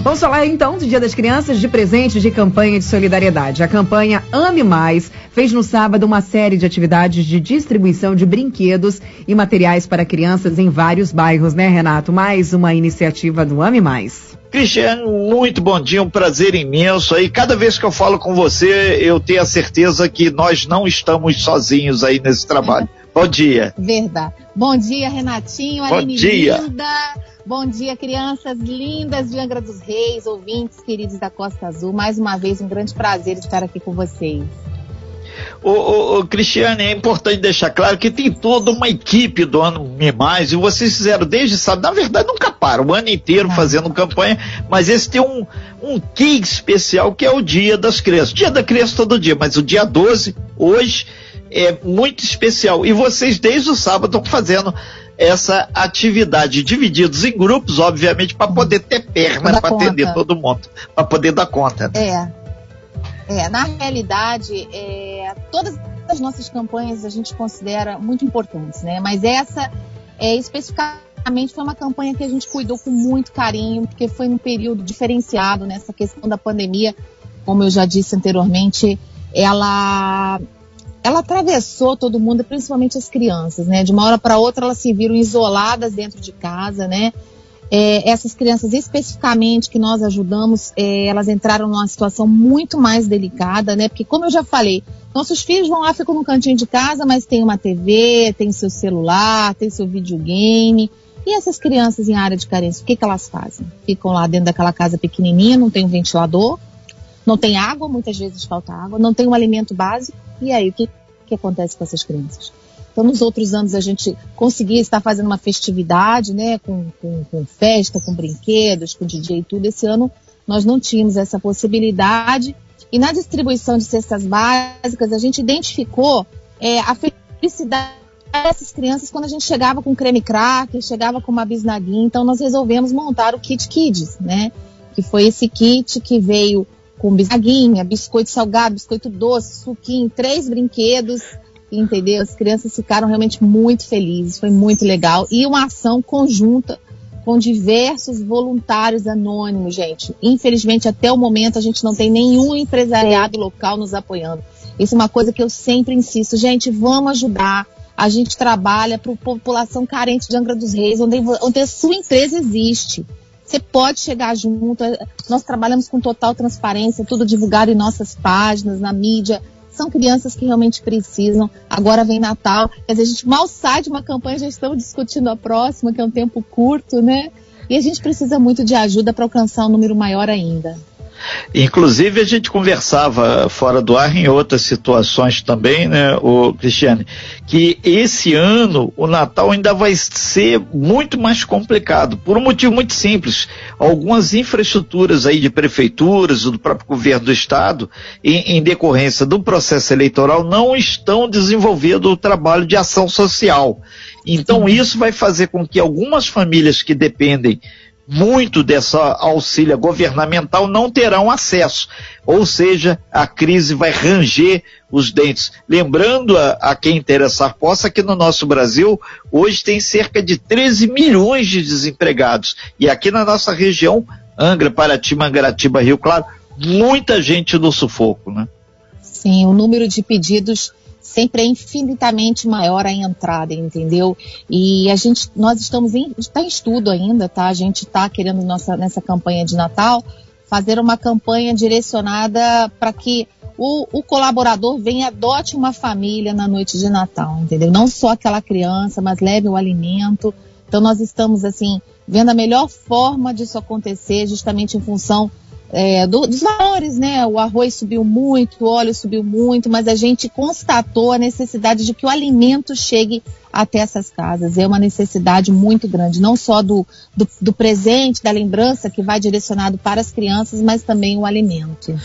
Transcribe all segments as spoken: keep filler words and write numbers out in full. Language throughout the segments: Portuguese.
Vamos falar então do Dia das Crianças, de presente de campanha de solidariedade. A campanha Ame Mais fez no sábado uma série de atividades de distribuição de brinquedos e materiais para crianças em vários bairros, né, Renato? Mais uma iniciativa do Ame Mais. Cristiane, muito bom dia, um prazer imenso aí. Cada vez que eu falo com você, eu tenho a certeza que nós não estamos sozinhos aí nesse trabalho. Bom dia. Verdade. Bom dia, Renatinho, Bom Aline dia. linda. Bom dia, crianças lindas de Angra dos Reis, ouvintes queridos da Costa Azul. Mais uma vez, um grande prazer estar aqui com vocês. Ô, ô, ô, Cristiane, é importante deixar claro que tem toda uma equipe do Ame Mais, e vocês fizeram desde sábado, na verdade nunca param, o ano inteiro fazendo campanha, mas esse tem um, um quê especial, que é o Dia das Crianças. Dia da Criança todo dia, mas o dia doze, hoje, é muito especial. E vocês desde o sábado estão fazendo essa atividade, divididos em grupos, obviamente, para poder ter perna para atender todo mundo, para poder dar conta. Né? É. É, na realidade, é, todas as nossas campanhas a gente considera muito importantes, né? Mas essa, é, especificamente, foi uma campanha que a gente cuidou com muito carinho, porque foi num período diferenciado nessa questão da pandemia. Como eu já disse anteriormente, ela, ela atravessou todo mundo, principalmente as crianças, né? De uma hora para outra, elas se viram isoladas dentro de casa, né? É, essas crianças especificamente que nós ajudamos, é, elas entraram numa situação muito mais delicada, né? Porque, como eu já falei, nossos filhos vão lá, ficam no cantinho de casa, mas tem uma T V, tem seu celular, tem seu videogame. E essas crianças em área de carência, o que que elas fazem? Ficam lá dentro daquela casa pequenininha, não tem um ventilador, não tem água, muitas vezes falta água, não tem um alimento básico. E aí, o que, que acontece com essas crianças? Então, nos outros anos, a gente conseguia estar fazendo uma festividade, né, com, com, com festa, com brinquedos, com D J e tudo. Esse ano, nós não tínhamos essa possibilidade. E na distribuição de cestas básicas, a gente identificou é, a felicidade dessas crianças quando a gente chegava com creme cracker, chegava com uma bisnaguinha. Então, nós resolvemos montar o Kit Kids, né, que foi esse kit que veio com bisnaguinha, biscoito salgado, biscoito doce, suquinho, três brinquedos. Entendeu? As crianças ficaram realmente muito felizes, foi muito legal. E uma ação conjunta com diversos voluntários anônimos, gente. Infelizmente, até o momento, a gente não tem nenhum empresariado local nos apoiando. Isso é uma coisa que eu sempre insisto. Gente, vamos ajudar. A gente trabalha para a população carente de Angra dos Reis, onde, onde a sua empresa existe. Você pode chegar junto. Nós trabalhamos com total transparência, tudo divulgado em nossas páginas, na mídia. São crianças que realmente precisam. Agora vem Natal, quer dizer, a gente mal sai de uma campanha, já estamos discutindo a próxima, que é um tempo curto, né? E a gente precisa muito de ajuda para alcançar um número maior ainda. Inclusive, a gente conversava fora do ar em outras situações também, né, o Cristiane, que esse ano o Natal ainda vai ser muito mais complicado, por um motivo muito simples. Algumas infraestruturas aí de prefeituras, do próprio governo do estado, em, em decorrência do processo eleitoral, não estão desenvolvendo o trabalho de ação social. Então, isso vai fazer com que algumas famílias que dependem muito dessa auxílio governamental não terão acesso, ou seja, a crise vai ranger os dentes. Lembrando a, a quem interessar possa que no nosso Brasil hoje tem cerca de treze milhões de desempregados, e aqui na nossa região, Angra, Paraty, Mangaratiba, Rio Claro, muita gente no sufoco, né? Sim, o número de pedidos sempre é infinitamente maior a entrada, entendeu? E a gente, nós estamos em, está em estudo ainda, tá? A gente está querendo nossa, nessa campanha de Natal fazer uma campanha direcionada para que o, o colaborador venha e adote uma família na noite de Natal, entendeu? Não só aquela criança, mas leve o alimento. Então nós estamos, assim, vendo a melhor forma disso acontecer, justamente em função É, do, dos valores, né? O arroz subiu muito, o óleo subiu muito, mas a gente constatou a necessidade de que o alimento chegue até essas casas. É uma necessidade muito grande, não só do, do, do presente, da lembrança que vai direcionado para as crianças, mas também o alimento.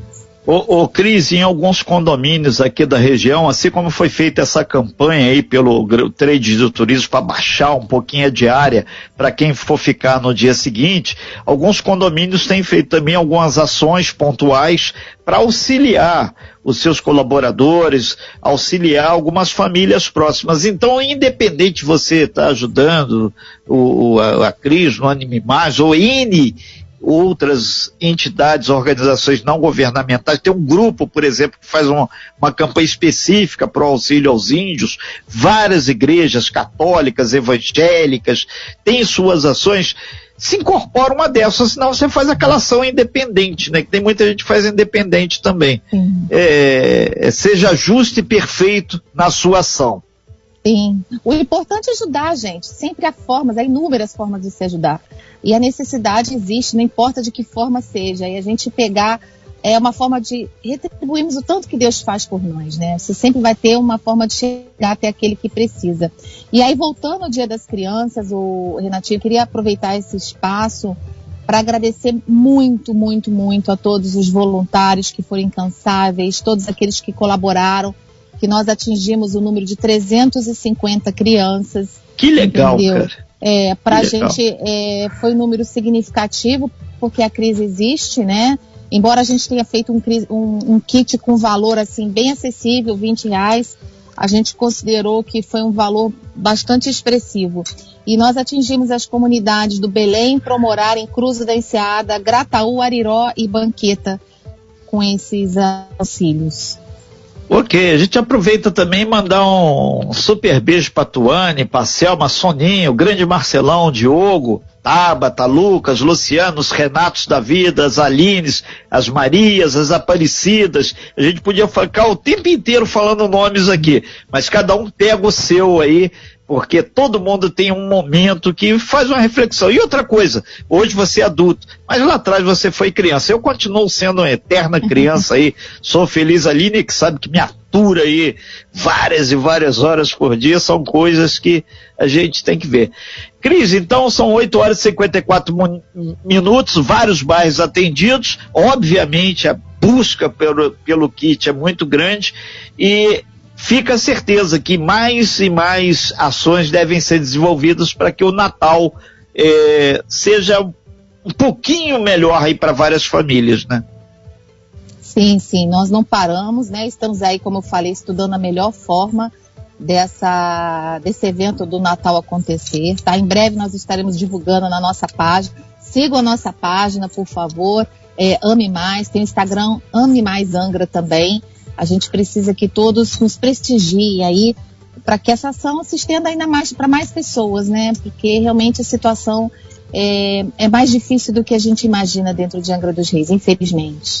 Ô, ô Cris, em alguns condomínios aqui da região, assim como foi feita essa campanha aí pelo Trade do Turismo para baixar um pouquinho a diária para quem for ficar no dia seguinte, alguns condomínios têm feito também algumas ações pontuais para auxiliar os seus colaboradores, auxiliar algumas famílias próximas. Então, independente de você estar tá ajudando o, a, a Cris no Ame Mais ou N outras entidades, organizações não governamentais. Tem um grupo, por exemplo, que faz uma, uma campanha específica para o auxílio aos índios. Várias igrejas católicas, evangélicas, têm suas ações. Se incorpora uma dessas, senão você faz aquela ação independente, né? Que tem muita gente que faz independente também. É, seja justo e perfeito na sua ação. Sim. O importante é ajudar, gente. Sempre há formas, há inúmeras formas de se ajudar. E a necessidade existe, não importa de que forma seja. E a gente pegar é uma forma de retribuirmos o tanto que Deus faz por nós, né? Você sempre vai ter uma forma de chegar até aquele que precisa. E aí, voltando ao Dia das Crianças, o Renatinho, eu queria aproveitar esse espaço para agradecer muito, muito, muito a todos os voluntários que foram incansáveis, todos aqueles que colaboraram, que nós atingimos o número de trezentas e cinquenta crianças. Que legal, entendeu? cara. É, para a gente é, foi um número significativo, porque a crise existe, né? Embora a gente tenha feito um, um, um kit com valor assim, bem acessível, vinte reais, a gente considerou que foi um valor bastante expressivo. E nós atingimos as comunidades do Belém, Promorarem, Cruz da Enseada, Grataú, Ariró e Banqueta com esses auxílios. Ok, a gente aproveita também e mandar um super beijo para Tuane, para Selma, Soninho, grande Marcelão, Diogo, Tabata, Lucas, Luciano, os Renatos da vida, as Alines, as Marias, as Aparecidas. A gente podia ficar o tempo inteiro falando nomes aqui, mas cada um pega o seu aí, porque todo mundo tem um momento que faz uma reflexão. E outra coisa, hoje você é adulto, mas lá atrás você foi criança. Eu continuo sendo uma eterna criança aí, sou feliz. A Aline, que sabe que me atura aí várias e várias horas por dia, são coisas que a gente tem que ver. Cris, então são oito horas e cinquenta e quatro minutos, vários bairros atendidos, obviamente a busca pelo, pelo kit é muito grande e fica a certeza que mais e mais ações devem ser desenvolvidas para que o Natal eh, seja um pouquinho melhor aí para várias famílias, né? Sim, sim, nós não paramos, né? Estamos aí, como eu falei, estudando a melhor forma dessa, desse evento do Natal acontecer, tá? Em breve nós estaremos divulgando na nossa página. Sigam a nossa página, por favor. É, Ame Mais, tem o Instagram Ame Mais Angra também. A gente precisa que todos nos prestigiem aí para que essa ação se estenda ainda mais para mais pessoas, né? Porque realmente a situação é, é mais difícil do que a gente imagina dentro de Angra dos Reis, infelizmente.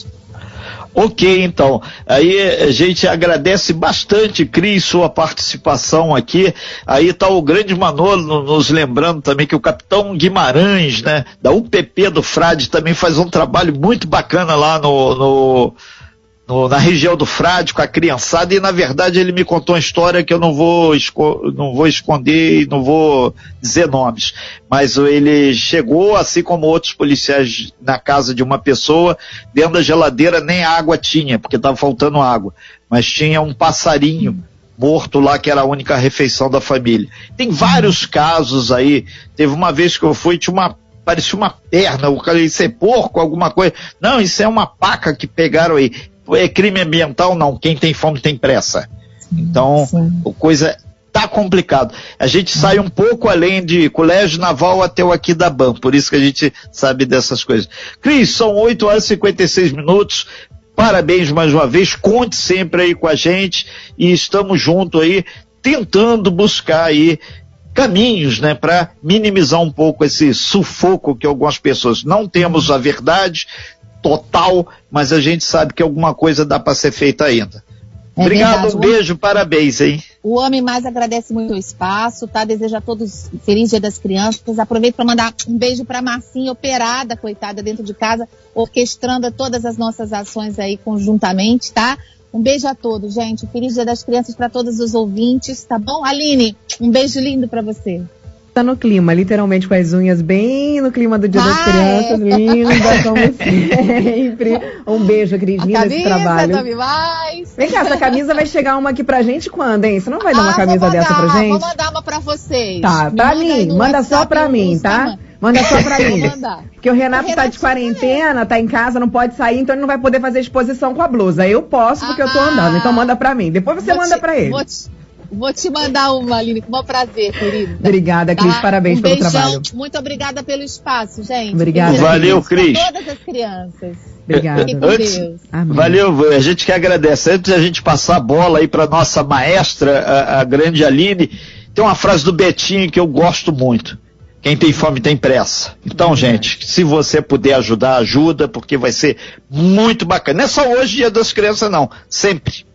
Ok, então, aí a gente agradece bastante, Cris, sua participação aqui. Aí está o grande Manolo nos lembrando também que o capitão Guimarães, né, da U P P do Frade, também faz um trabalho muito bacana lá no, no, no, na região do Frade com a criançada, e na verdade ele me contou uma história que eu não vou, esco, não vou esconder e não vou dizer nomes, mas ele chegou, assim como outros policiais, na casa de uma pessoa, dentro da geladeira nem água tinha, porque estava faltando água, mas tinha um passarinho morto lá, que era a única refeição da família. Tem vários casos aí. Teve uma vez que eu fui, tinha uma, parecia uma perna, o cara, isso é porco, alguma coisa. Não, isso é uma paca que pegaram aí. É crime ambiental? Não, quem tem fome tem pressa. Então, sim, a coisa tá complicado. A gente sim. sai um pouco além de Colégio Naval até o Aquidabam, por isso que a gente sabe dessas coisas. Cris, são oito horas e cinquenta e seis minutos, parabéns mais uma vez, conte sempre aí com a gente e estamos juntos aí, tentando buscar aí caminhos, né, para minimizar um pouco esse sufoco que algumas pessoas. Não temos a verdade total, mas a gente sabe que alguma coisa dá para ser feita ainda. É Obrigado, verdade. Um beijo, parabéns, hein? O Ame Mais agradece muito o espaço, tá? Deseja a todos feliz Dia das Crianças. Aproveito para mandar um beijo para Marcinha, operada, coitada, dentro de casa, orquestrando todas as nossas ações aí conjuntamente, tá? Um beijo a todos, gente. Feliz Dia das Crianças para todos os ouvintes, tá bom? Aline, um beijo lindo para você. Tá no clima, literalmente com as unhas bem no clima do Dia Ai. das Crianças, linda como sempre. Um beijo, Cris, linda esse trabalho. Tome mais. Vem cá, essa camisa vai chegar uma aqui pra gente quando, hein? Você não vai dar uma ah, camisa mandar, dessa pra gente? Vou mandar uma pra vocês. Tá, pra mim, manda só pra mim, tá? Manda só pra mim. Porque o Renato, o Renato tá de quarentena, tá em casa, não pode sair, então ele não vai poder fazer exposição com a blusa. Eu posso porque ah, eu tô andando, então manda pra mim. Depois você manda te, pra ele. Vou te, Vou te mandar uma, Aline, com o maior prazer, querida. Obrigada, Cris, tá? parabéns um pelo beijão. trabalho. Muito obrigada pelo espaço, gente. Obrigada. Valeu, Cris. Para todas as crianças. Obrigada. Fiquem com Deus. Amém. Valeu, a gente que agradece. Antes de a gente passar a bola aí para nossa maestra, a, a grande Aline, tem uma frase do Betinho que eu gosto muito. Quem tem fome tem pressa. Então, gente, se você puder ajudar, ajuda, porque vai ser muito bacana. Não é só hoje, Dia das Crianças, não. Sempre.